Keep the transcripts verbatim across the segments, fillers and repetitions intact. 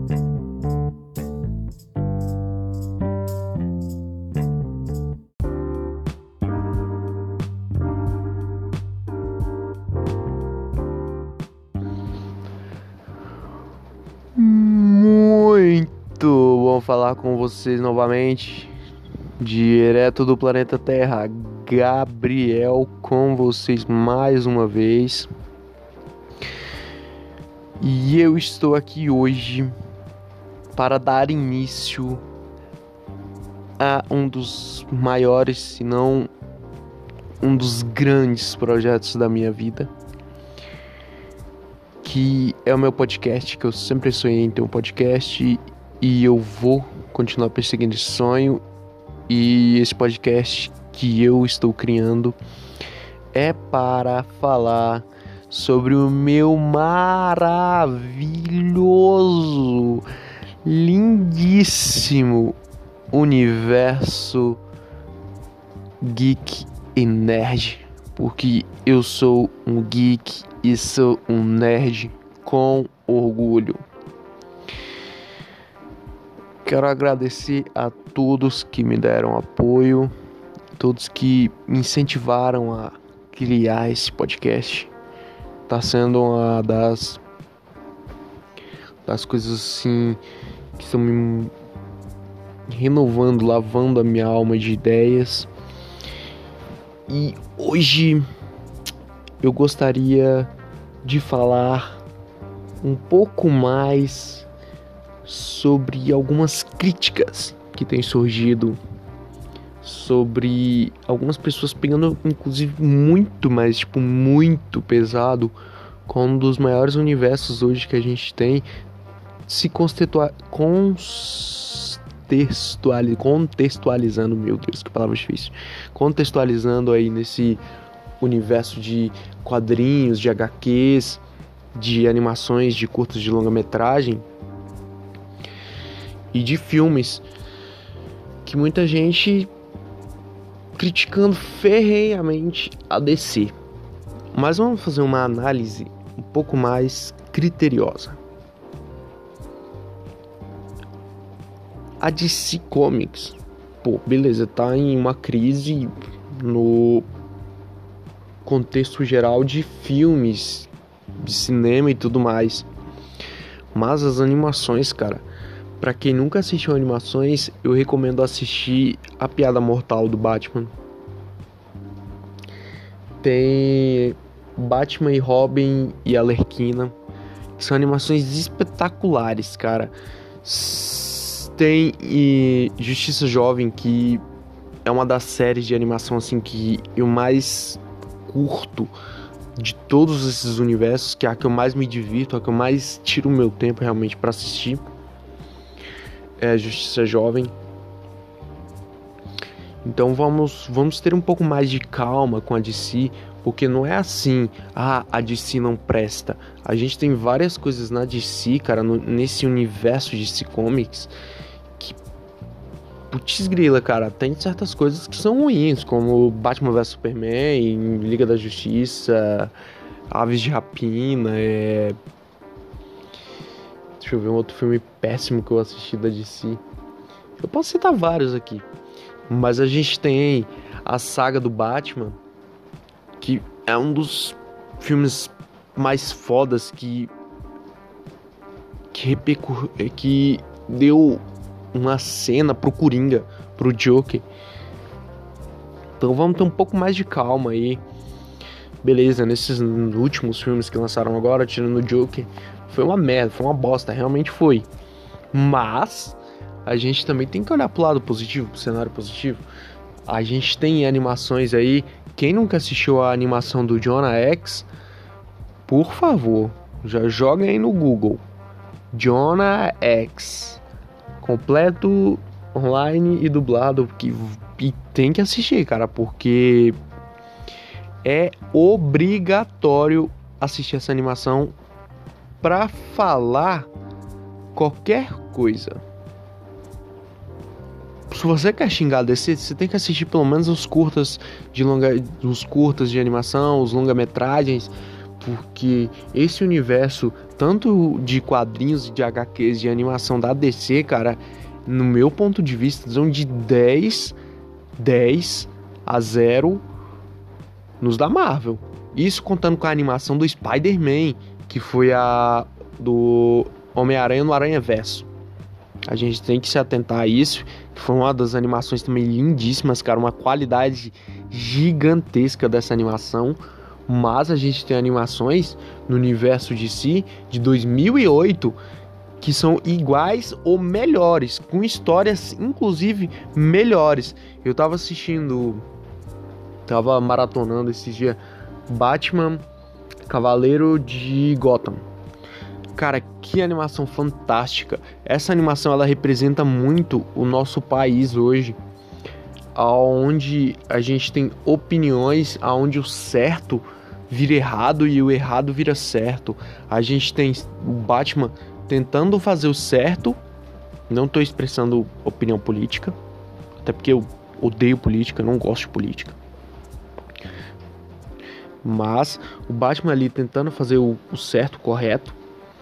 Muito bom falar com vocês novamente, direto do planeta Terra. Gabriel com vocês mais uma vez. E eu estou aqui hoje para dar início a um dos maiores, se não um dos grandes projetos da minha vida, que é o meu podcast, que eu sempre sonhei em ter um podcast e eu vou continuar perseguindo esse sonho. E esse podcast que eu estou criando é para falar sobre o meu maravilhoso, lindíssimo universo geek e nerd, porque eu sou um geek e sou um nerd com orgulho. Quero agradecer a todos que me deram apoio, todos que me incentivaram a criar esse podcast. Tá sendo uma das das coisas assim que estão me renovando, lavando a minha alma de ideias. E hoje eu gostaria de falar um pouco mais sobre algumas críticas que têm surgido, sobre algumas pessoas pegando, inclusive, muito, mas tipo, muito pesado com um dos maiores universos hoje que a gente tem, se constitua- contextuali- contextualizando, meu Deus, que palavra difícil, contextualizando aí nesse universo de quadrinhos, de agá quês, de animações, de curtas de longa-metragem e de filmes, que muita gente criticando ferrenhamente a dê cê. Mas vamos fazer uma análise um pouco mais criteriosa. A dê cê Comics, pô, beleza, tá em uma crise no contexto geral de filmes, de cinema e tudo mais. Mas as animações, cara, pra quem nunca assistiu animações, eu recomendo assistir A Piada Mortal do Batman. Tem Batman e Robin e Arlequina, que são animações espetaculares, cara. Tem e Justiça Jovem, que é uma das séries de animação assim que eu mais curto de todos esses universos, que é a que eu mais me divirto, a que eu mais tiro o meu tempo realmente pra assistir. É Justiça Jovem. Então vamos, vamos ter um pouco mais de calma com a dê cê, porque não é assim, ah, a dê cê não presta. A gente tem várias coisas na dê cê, cara, no, nesse universo de dê cê Comics, que, putz grila, cara, tem certas coisas que são ruins, como Batman versus Superman, Liga da Justiça, Aves de Rapina, é... Deixa eu ver um outro filme péssimo que eu assisti da dê cê. Eu posso citar vários aqui. Mas a gente tem a saga do Batman, que é um dos filmes mais fodas que que, repercu- que deu uma cena pro Coringa, pro Joker. Então vamos ter um pouco mais de calma aí. Beleza, nesses últimos filmes que lançaram agora, tirando o Joker, foi uma merda, foi uma bosta, realmente foi. Mas a gente também tem que olhar pro lado positivo, pro cenário positivo. A gente tem animações aí. Quem nunca assistiu a animação do Jonah Hex, por favor, já joga aí no Google. Jonah Hex. Completo, online e dublado. Que, e tem que assistir, cara, porque é obrigatório assistir essa animação pra falar qualquer coisa. Se você quer xingar a dê cê, você tem que assistir pelo menos os curtas de longa, os curtas de animação, os longa-metragens, porque esse universo, tanto de quadrinhos e de H Qs de animação da D C, cara, no meu ponto de vista, são de dez a zero nos da Marvel. Isso contando com a animação do Spider-Man, que foi a do Homem-Aranha no Aranhaverso. A gente tem que se atentar a isso, que foi uma das animações também lindíssimas, cara, uma qualidade gigantesca dessa animação. Mas a gente tem animações no universo D C de dois mil e oito que são iguais ou melhores, com histórias inclusive melhores. Eu tava assistindo, tava maratonando esses dias Batman Cavaleiro de Gotham. Cara, que animação fantástica. Essa animação, ela representa muito o nosso país hoje, onde a gente tem opiniões, onde o certo vira errado e o errado vira certo. A gente tem o Batman tentando fazer o certo. Não tô expressando opinião política, até porque eu odeio política, não gosto de política. Mas o Batman ali tentando fazer o, o certo, o correto.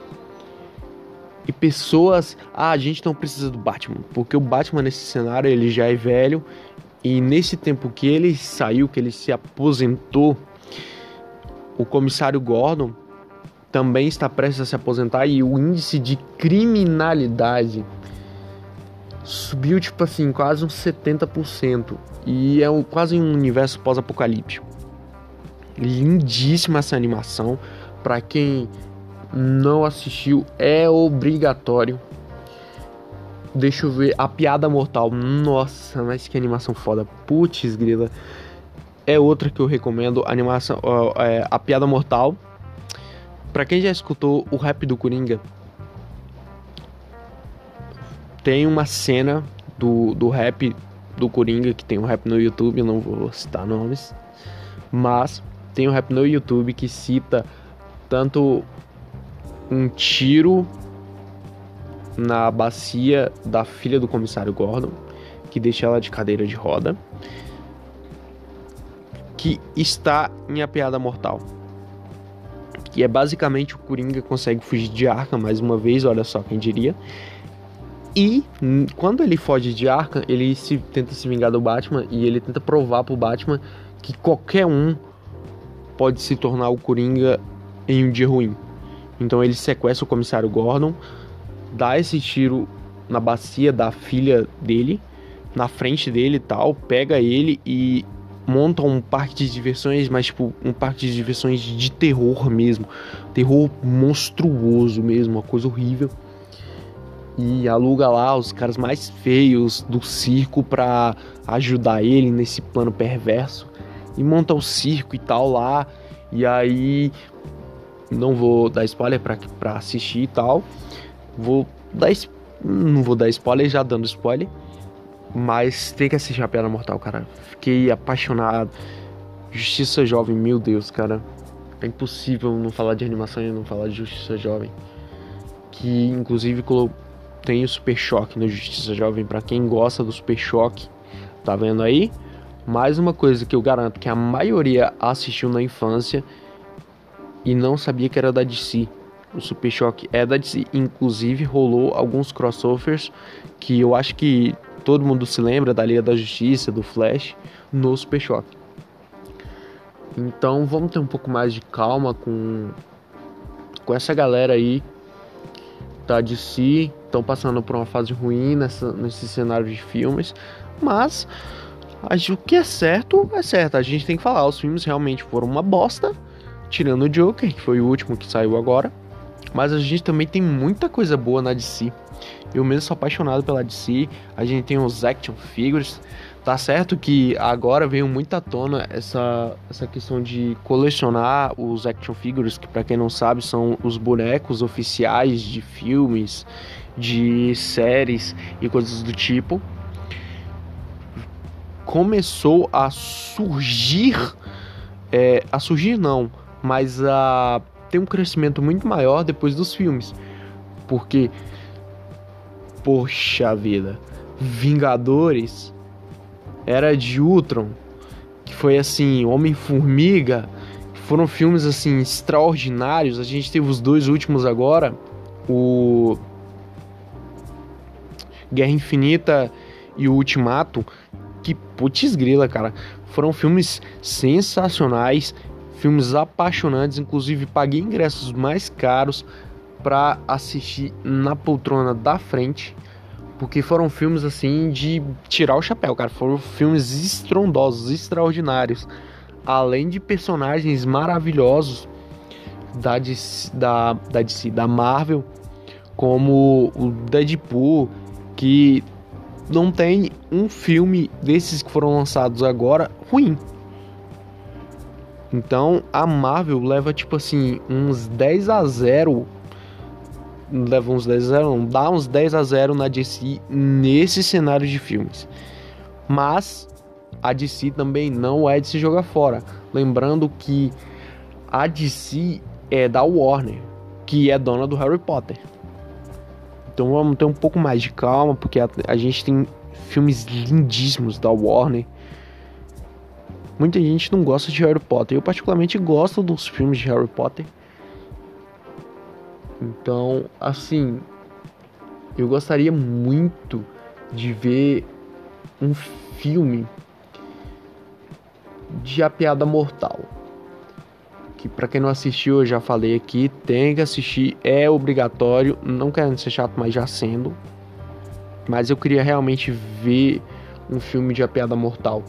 E pessoas, ah, a gente não precisa do Batman, porque o Batman nesse cenário ele já é velho. E nesse tempo que ele saiu, que ele se aposentou, o comissário Gordon também está prestes a se aposentar e o índice de criminalidade subiu, tipo assim, quase uns setenta por cento. E é um, quase um universo pós-apocalíptico. Lindíssima essa animação. Pra quem não assistiu, é obrigatório. Deixa eu ver, A Piada Mortal. Nossa, mas que animação foda. Putz, grila. É outra que eu recomendo, a animação, uh, é, A Piada Mortal. Pra quem já escutou o rap do Coringa, tem uma cena do, do rap do Coringa, que tem um rap no YouTube, eu não vou citar nomes, mas tem um rap no YouTube que cita tanto um tiro na bacia da filha do comissário Gordon, que deixa ela de cadeira de roda, que está em A Piada Mortal. Que é basicamente o Coringa consegue fugir de Arkham mais uma vez, olha só quem diria. E quando ele foge de Arkham, ele se, tenta se vingar do Batman e ele tenta provar pro Batman que qualquer um pode se tornar o Coringa em um dia ruim. Então ele sequestra o comissário Gordon, dá esse tiro na bacia da filha dele, na frente dele e tal, pega ele e monta um parque de diversões, mas tipo um parque de diversões de terror mesmo, terror monstruoso mesmo, uma coisa horrível. E aluga lá os caras mais feios do circo pra ajudar ele nesse plano perverso. E monta o circo e tal lá. E aí, não vou dar spoiler pra, pra assistir e tal. Vou dar, não vou dar spoiler, já dando spoiler. Mas tem que assistir A Piada Mortal, cara. Fiquei apaixonado. Justiça Jovem, meu Deus, cara. É impossível não falar de animação e não falar de Justiça Jovem. Que inclusive tem o Super Choque no Justiça Jovem. Pra quem gosta do Super Choque, tá vendo aí? Mais uma coisa que eu garanto que a maioria assistiu na infância e não sabia que era da D C. O Super Choque é da D C. Inclusive rolou alguns crossovers que eu acho que todo mundo se lembra, da Liga da Justiça, do Flash, no Super Choque. Então vamos ter um pouco mais de calma com, com essa galera aí da D C. Estão passando por uma fase ruim nessa, nesse cenário de filmes. Mas o que é certo, é certo. A gente tem que falar, os filmes realmente foram uma bosta, tirando o Joker, que foi o último que saiu agora. Mas a gente também tem muita coisa boa na D C. Eu mesmo sou apaixonado pela D C. A gente tem os action figures. Tá certo que agora veio muito à tona essa, essa questão de colecionar os action figures, que pra quem não sabe são os bonecos oficiais de filmes, de séries e coisas do tipo. Começou a surgir, é, a surgir não, mas a ter um crescimento muito maior depois dos filmes. Porque, poxa vida, Vingadores, Era de Ultron, que foi assim, Homem-Formiga, foram filmes assim extraordinários. A gente teve os dois últimos agora, o Guerra Infinita e o Ultimato, que putz grila, cara, foram filmes sensacionais, filmes apaixonantes. Inclusive paguei ingressos mais caros para assistir na poltrona da frente, porque foram filmes assim de tirar o chapéu, cara. Foram filmes estrondosos, extraordinários, além de personagens maravilhosos da D C, da, da, D C, da Marvel, como o Deadpool, que não tem um filme desses que foram lançados agora ruim. Então a Marvel leva tipo assim uns dez a zero, leva uns dez a zero, não, dá uns dez a zero na D C nesse cenário de filmes. Mas a D C também não é de se jogar fora. Lembrando que a D C é da Warner, que é dona do Harry Potter. Então vamos ter um pouco mais de calma, porque a, a gente tem filmes lindíssimos da Warner. Muita gente não gosta de Harry Potter. Eu particularmente gosto dos filmes de Harry Potter. Então, assim, eu gostaria muito de ver um filme de A Piada Mortal, que pra quem não assistiu, eu já falei aqui, tem que assistir, é obrigatório, não querendo ser chato, mas já sendo. Mas eu queria realmente ver um filme de A Piada Mortal.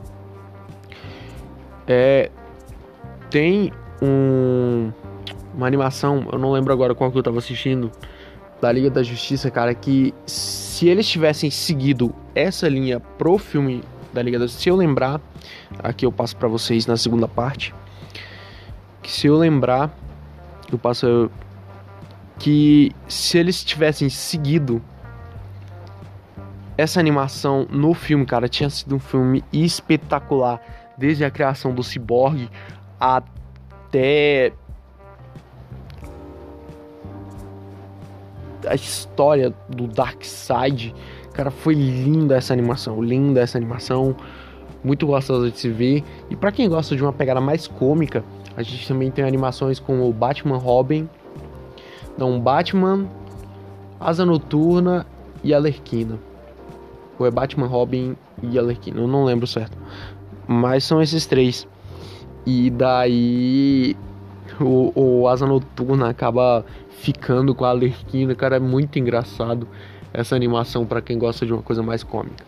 É, tem um, uma animação, eu não lembro agora qual que eu tava assistindo, da Liga da Justiça, cara, que se eles tivessem seguido essa linha pro filme da Liga da Justiça, se eu lembrar, aqui eu passo pra vocês na segunda parte, que se eu lembrar, eu passo que se eles tivessem seguido essa animação no filme, cara, tinha sido um filme espetacular, desde a criação do Cyborg até a história do Darkseid. Cara, foi linda essa animação, linda essa animação, muito gostosa de se ver. E pra quem gosta de uma pegada mais cômica, a gente também tem animações como o Batman Robin, não, Batman, Asa Noturna e Arlequina. Ou é Batman, Robin e Arlequina, eu não lembro certo. Mas são esses três. E daí o, o Asa Noturna acaba ficando com a Arlequina. Cara, é muito engraçado essa animação pra quem gosta de uma coisa mais cômica.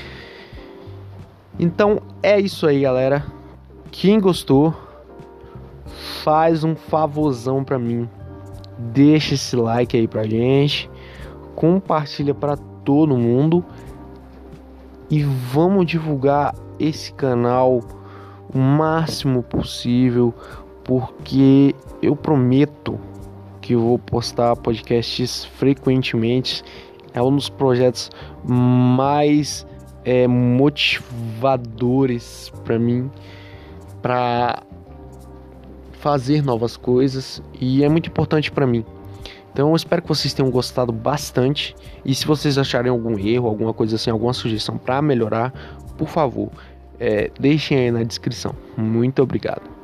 Então é isso aí, galera. Quem gostou, faz um favorzão pra mim, deixa esse like aí pra gente, compartilha pra todo mundo e vamos divulgar esse canal o máximo possível, porque eu prometo que eu vou postar podcasts frequentemente. É um dos projetos mais é, motivadores para mim, para fazer novas coisas, e é muito importante para mim. Então eu espero que vocês tenham gostado bastante, e se vocês acharem algum erro, alguma coisa assim, alguma sugestão para melhorar, por favor, é, deixem aí na descrição. Muito obrigado.